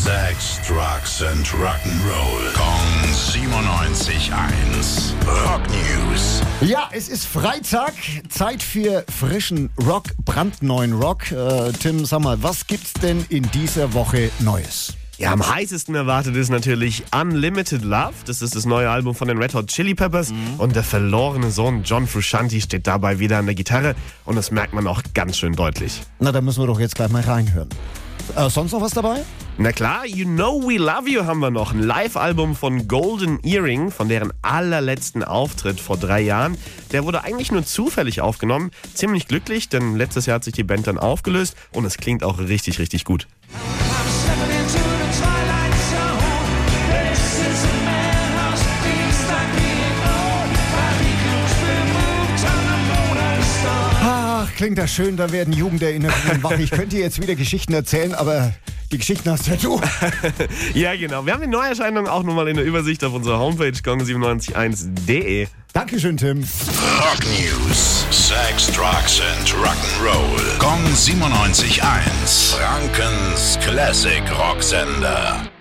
Sex, Drugs and Rock'n'Roll. Kong 97.1. Rock News. Ja, es ist Freitag, Zeit für frischen Rock, brandneuen Rock. Tim, sag mal, was gibt's denn in dieser Woche Neues? Ja, am heißesten erwartet ist natürlich Unlimited Love. Das ist das neue Album von den Red Hot Chili Peppers. Und der verlorene Sohn John Frusciante steht dabei wieder an der Gitarre. Und das merkt man auch ganz schön deutlich. Na, da müssen wir doch jetzt gleich mal reinhören. Sonst noch was dabei? Na klar, You Know We Love You haben wir noch. Ein Live-Album von Golden Earring, von deren allerletzten Auftritt vor 3 Jahren. Der wurde eigentlich nur zufällig aufgenommen. Ziemlich glücklich, denn letztes Jahr hat sich die Band dann aufgelöst. Und es klingt auch richtig, richtig gut. Klingt das schön, da werden Jugenderinnerungen wach. Ich könnte dir jetzt wieder Geschichten erzählen, aber die Geschichten hast ja du. Ja, genau. Wir haben die Neuerscheinungen auch nochmal in der Übersicht auf unserer Homepage kong971.de. Dankeschön, Tim. Rock News. Sex, Drugs and Rock'n'Roll. Kong 97.1. Frankens Classic Rocksender.